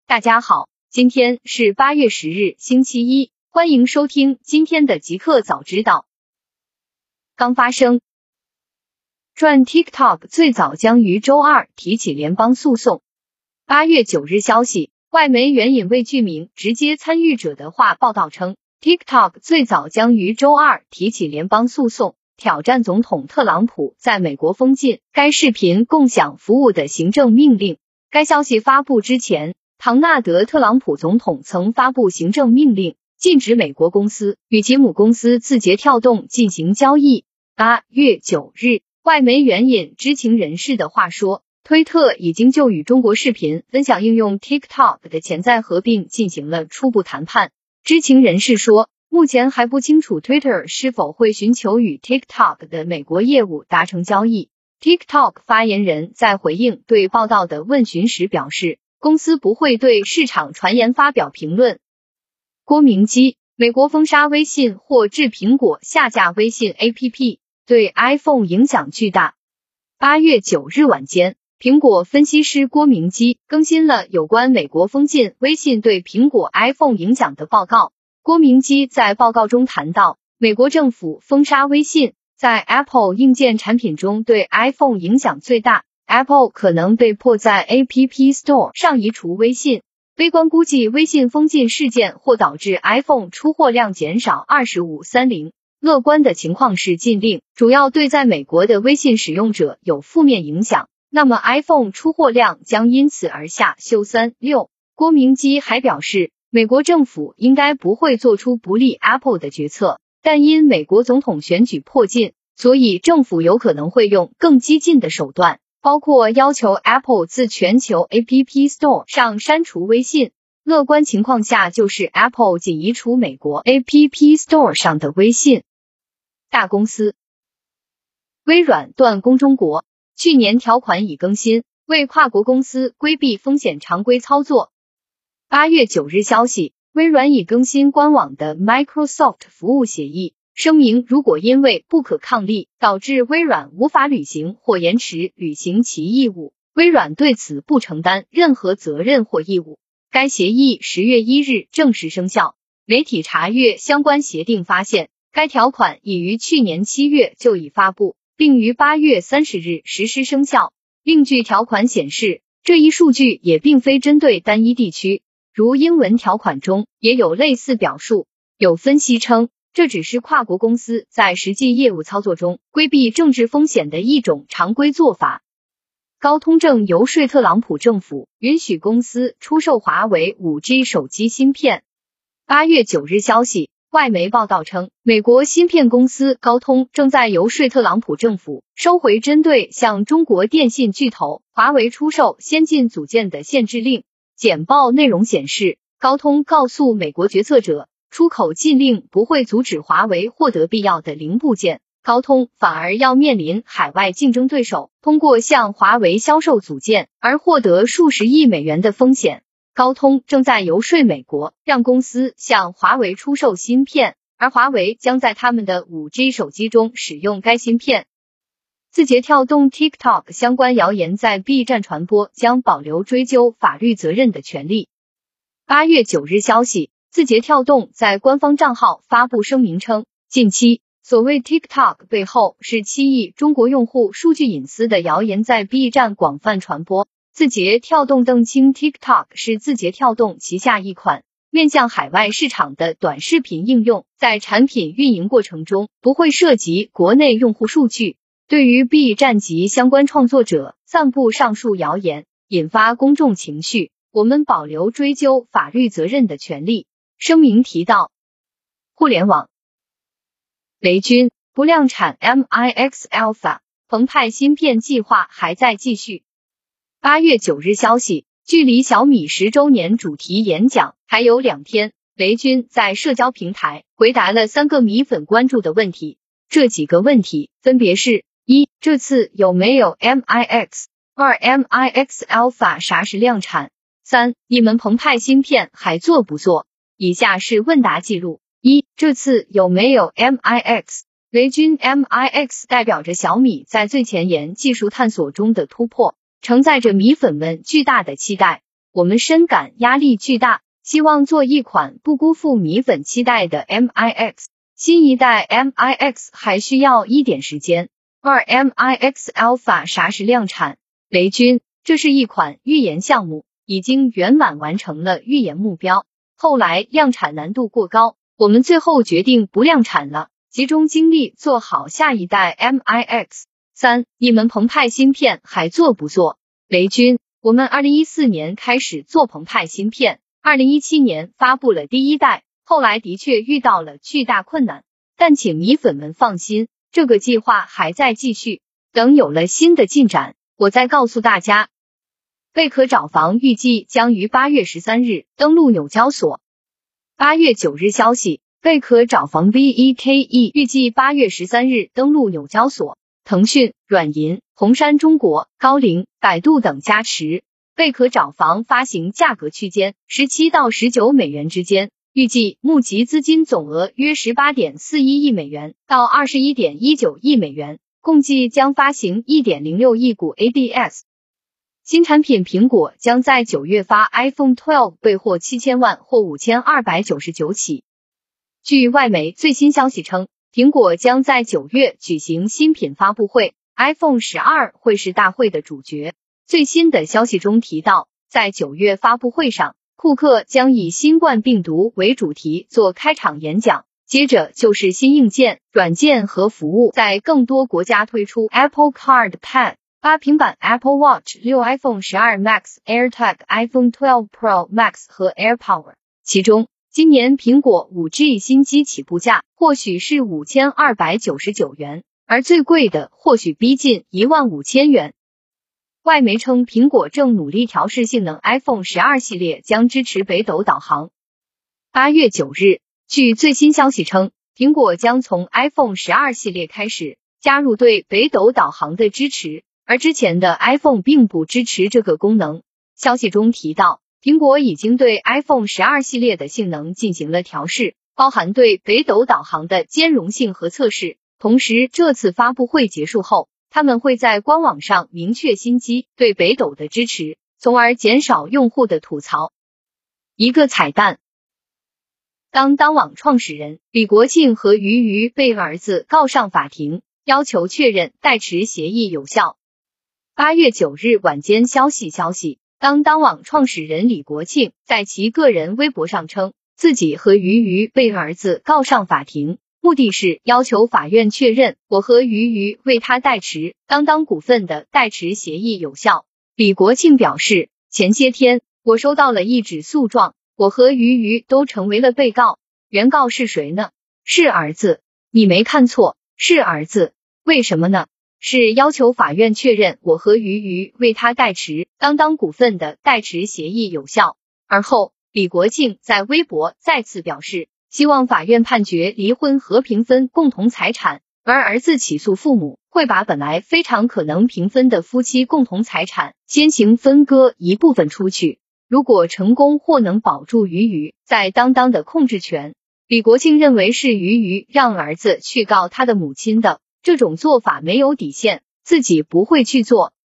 大家好，今天是8月10日，星期一，欢迎收听今天的极客早知道。刚发生，赚 TikTok 最早将于周二提起联邦诉讼。8月9日消息，外媒援引未具名直接参与者的话报道称 ，TikTok 最早将于周二提起联邦诉讼，挑战总统特朗普在美国封禁该视频共享服务的行政命令。该消息发布之前，唐纳德·特朗普总统曾发布行政命令，禁止美国公司与其母公司字节跳动进行交易。8月9日，外媒援引知情人士的话说，推特已经就与中国视频分享应用 TikTok 的潜在合并进行了初步谈判。知情人士说，目前还不清楚 Twitter 是否会寻求与 TikTok 的美国业务达成交易。TikTok 发言人在回应对报道的问询时表示，公司不会对市场传言发表评论。郭明基，美国封杀微信或致苹果下架微信 APP， 对 iPhone 影响巨大。8月9日晚间，苹果分析师郭明基更新了有关美国封禁微信对苹果 iPhone 影响的报告。郭明基在报告中谈到，美国政府封杀微信在 Apple 硬件产品中对 iPhone 影响最大， Apple 可能被迫在 App Store 上移除微信。微观估计微信封禁事件或导致 iPhone 出货量减少25%，乐观的情况是禁令主要对在美国的微信使用者有负面影响，那么 iPhone 出货量将因此而下修3.6%。郭明基还表示，美国政府应该不会做出不利 Apple 的决策，但因美国总统选举迫近，所以政府有可能会用更激进的手段，包括要求 Apple 自全球 App Store 上删除微信。乐观情况下就是 Apple 仅移除美国 App Store 上的微信。大公司，微软断供中国，去年条款已更新，为跨国公司规避风险常规操作。8月9日消息，微软已更新官网的 Microsoft 服务协议，声明如果因为不可抗力导致微软无法履行或延迟履行其义务，微软对此不承担任何责任或义务。该协议10月1日正式生效。媒体查阅相关协定发现，该条款已于去年7月就已发布，并于8月30日实施生效。另据条款显示，这一数据也并非针对单一地区，如英文条款中也有类似表述。有分析称，这只是跨国公司在实际业务操作中规避政治风险的一种常规做法。高通正游说特朗普政府允许公司出售华为 5G 手机芯片。8月9日消息，外媒报道称，美国芯片公司高通正在游说特朗普政府收回针对向中国电信巨头华为出售先进组件的限制令。简报内容显示，高通告诉美国决策者，出口禁令不会阻止华为获得必要的零部件，高通反而要面临海外竞争对手通过向华为销售组件而获得数十亿美元的风险。高通正在游说美国，让公司向华为出售芯片，而华为将在他们的 5G 手机中使用该芯片。字节跳动 TikTok 相关谣言在 B 站传播，将保留追究法律责任的权利。8月9日消息，字节跳动在官方账号发布声明称，近期所谓 TikTok 背后是7亿中国用户数据隐私的谣言在 B 站广泛传播。字节跳动澄清 TikTok 是字节跳动旗下一款面向海外市场的短视频应用，在产品运营过程中不会涉及国内用户数据。对于 B 站及相关创作者散布上述谣言，引发公众情绪，我们保留追究法律责任的权利。声明提到，互联网，雷军不量产 MIX Alpha， 澎湃芯片计划还在继续。8月9日消息，距离小米10周年主题演讲还有2天，雷军在社交平台回答了3个米粉关注的问题。这几个问题分别是：1. 这次有没有 MIX？ 2. MIX Alpha 啥时量产？ 3. 你们澎湃芯片还做不做？以下是问答记录。1. 这次有没有 MIX？ 雷军 MIX 代表着小米在最前沿技术探索中的突破，承载着米粉们巨大的期待。 我们深感压力巨大，希望做一款不辜负米粉期待的 MIX。新一代 MIX 还需要一点时间。MIX Alpha 啥时量产？雷军，这是一款预研项目，已经圆满完成了预研目标，后来量产难度过高，我们最后决定不量产了，集中精力做好下一代 MIX。3. 你们澎湃芯片还做不做？雷军，我们2014年开始做澎湃芯片，2017年发布了第一代，后来的确遇到了巨大困难，但请米粉们放心，这个计划还在继续，等有了新的进展，我再告诉大家。贝壳找房预计将于8月13日登陆纽交所。8月9日消息，贝壳找房 BEKE 预计8月13日登陆纽交所。腾讯、软银、红杉中国、高瓴、百度等加持。贝壳找房发行价格区间17到19美元之间，预计募集资金总额约 18.41 亿美元到 21.19 亿美元，共计将发行 1.06 亿股 ADS。新产品苹果将在9月发 iPhone 12，备货7000万或5299起。据外媒最新消息称，苹果将在9月举行新品发布会 ，iPhone 12会是大会的主角。最新的消息中提到，在9月发布会上，库克将以新冠病毒为主题做开场演讲，接着就是新硬件、软件和服务，在更多国家推出 Apple Card Pad、8平板 Apple Watch 6、iPhone 12 Max、AirTag、iPhone 12 Pro Max 和 AirPower。其中，今年苹果 5G 新机起步价或许是5299元，而最贵的或许逼近15000元。外媒称，苹果正努力调试性能 ，iPhone 12系列将支持北斗导航。8月9日，据最新消息称，苹果将从 iPhone 12系列开始加入对北斗导航的支持，而之前的 iPhone 并不支持这个功能。消息中提到，苹果已经对 iPhone 12系列的性能进行了调试，包含对北斗导航的兼容性和测试。同时，这次发布会结束后，他们会在官网上明确新机对北斗的支持，从而减少用户的吐槽。一个彩蛋，当网创始人李国庆和俞渝被儿子告上法庭，要求确认代持协议有效。8月9日晚间消息，当网创始人李国庆在其个人微博上称，自己和俞渝被儿子告上法庭，目的是要求法院确认我和俞渝为他代持当股份的代持协议有效。李国庆表示，前些天我收到了一纸诉状，我和俞渝都成为了被告。原告是谁呢？是儿子。你没看错，是儿子。为什么呢？是要求法院确认我和俞渝为他代持当股份的代持协议有效。而后，李国庆在微博再次表示，希望法院判决离婚和平分共同财产，而儿子起诉父母会把本来非常可能平分的夫妻共同财产先行分割一部分出去。如果成功或能保住俞渝在当的控制权，李国庆认为是俞渝让儿子去告他的母亲的，这种做法没有底线，自己不会去做。